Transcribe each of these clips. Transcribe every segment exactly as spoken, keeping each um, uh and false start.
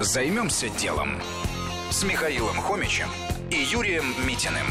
Займемся делом с Михаилом Хомичем и Юрием Митиным.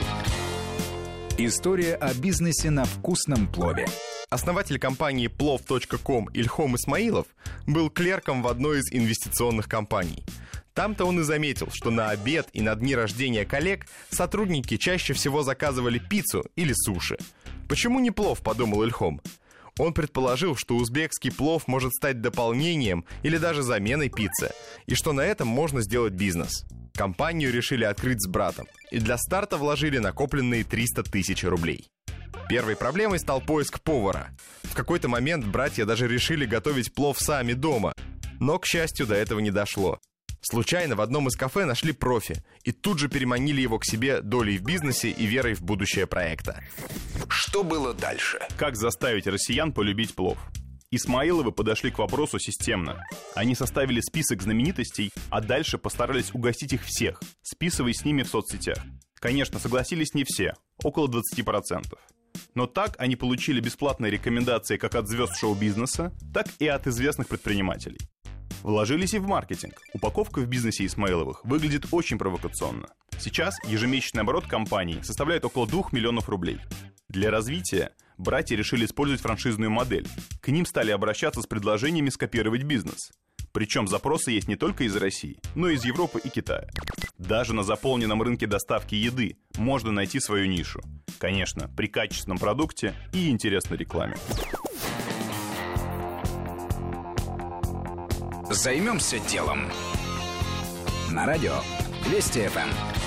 История о бизнесе на вкусном плове. Основатель компании плов точка ком Ильхом Исмаилов был клерком в одной из инвестиционных компаний. Там-то он и заметил, что на обед и на дни рождения коллег сотрудники чаще всего заказывали пиццу или суши. «Почему не плов?» – подумал Ильхом. Он предположил, что узбекский плов может стать дополнением или даже заменой пиццы, и что на этом можно сделать бизнес. Компанию решили открыть с братом, и для старта вложили накопленные триста тысяч рублей. Первой проблемой стал поиск повара. В какой-то момент братья даже решили готовить плов сами дома, но, к счастью, до этого не дошло. Случайно в одном из кафе нашли профи и тут же переманили его к себе долей в бизнесе и верой в будущее проекта. Что было дальше? Как заставить россиян полюбить плов? Исмаиловы подошли к вопросу системно. Они составили список знаменитостей, а дальше постарались угостить их всех, списывая с ними в соцсетях. Конечно, согласились не все, около двадцать процентов. Но так они получили бесплатные рекомендации как от звезд шоу-бизнеса, так и от известных предпринимателей. Вложились и в маркетинг. Упаковка в бизнесе Исмаиловых выглядит очень провокационно. Сейчас ежемесячный оборот компании составляет около двух миллионов рублей. Для развития братья решили использовать франшизную модель. К ним стали обращаться с предложениями скопировать бизнес. Причем запросы есть не только из России, но и из Европы и Китая. Даже на заполненном рынке доставки еды можно найти свою нишу. Конечно, при качественном продукте и интересной рекламе. Займемся делом. На радио Вести эф эм.